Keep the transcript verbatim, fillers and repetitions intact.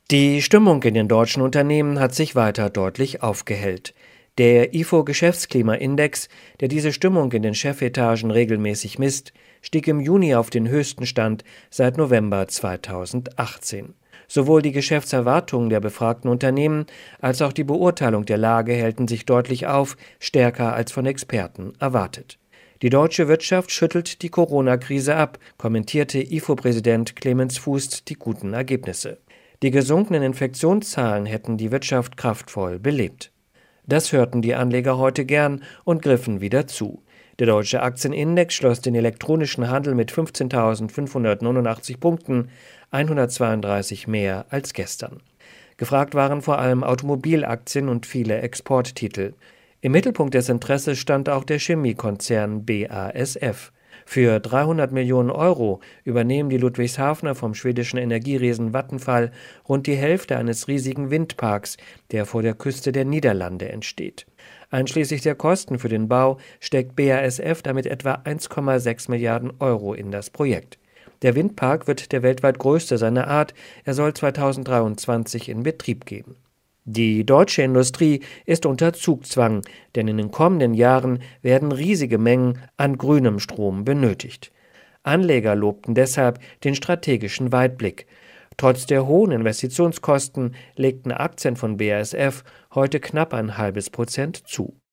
Die Stimmung in den deutschen Unternehmen hat sich weiter deutlich aufgehellt. Der I F O-Geschäftsklimaindex, der diese Stimmung in den Chefetagen regelmäßig misst, stieg im Juni auf den höchsten Stand seit November zweitausendachtzehn. Sowohl die Geschäftserwartungen der befragten Unternehmen als auch die Beurteilung der Lage hellten sich deutlich auf, stärker als von Experten erwartet. Die deutsche Wirtschaft schüttelt die Corona-Krise ab, kommentierte I F O-Präsident Clemens Fuß die guten Ergebnisse. Die gesunkenen Infektionszahlen hätten die Wirtschaft kraftvoll belebt. Das hörten die Anleger heute gern und griffen wieder zu. Der deutsche Aktienindex schloss den elektronischen Handel mit fünfzehntausendfünfhundertneunundachtzig Punkten, hundertzweiunddreißig mehr als gestern. Gefragt waren vor allem Automobilaktien und viele Exporttitel. Im Mittelpunkt des Interesses stand auch der Chemiekonzern B A S F. Für dreihundert Millionen Euro übernehmen die Ludwigshafener vom schwedischen Energieriesen Vattenfall rund die Hälfte eines riesigen Windparks, der vor der Küste der Niederlande entsteht. Einschließlich der Kosten für den Bau steckt B A S F damit etwa eins Komma sechs Milliarden Euro in das Projekt. Der Windpark wird der weltweit größte seiner Art, er soll zweitausenddreiundzwanzig in Betrieb gehen. Die deutsche Industrie ist unter Zugzwang, denn in den kommenden Jahren werden riesige Mengen an grünem Strom benötigt. Anleger lobten deshalb den strategischen Weitblick. Trotz der hohen Investitionskosten legten Aktien von B A S F heute knapp ein halbes Prozent zu.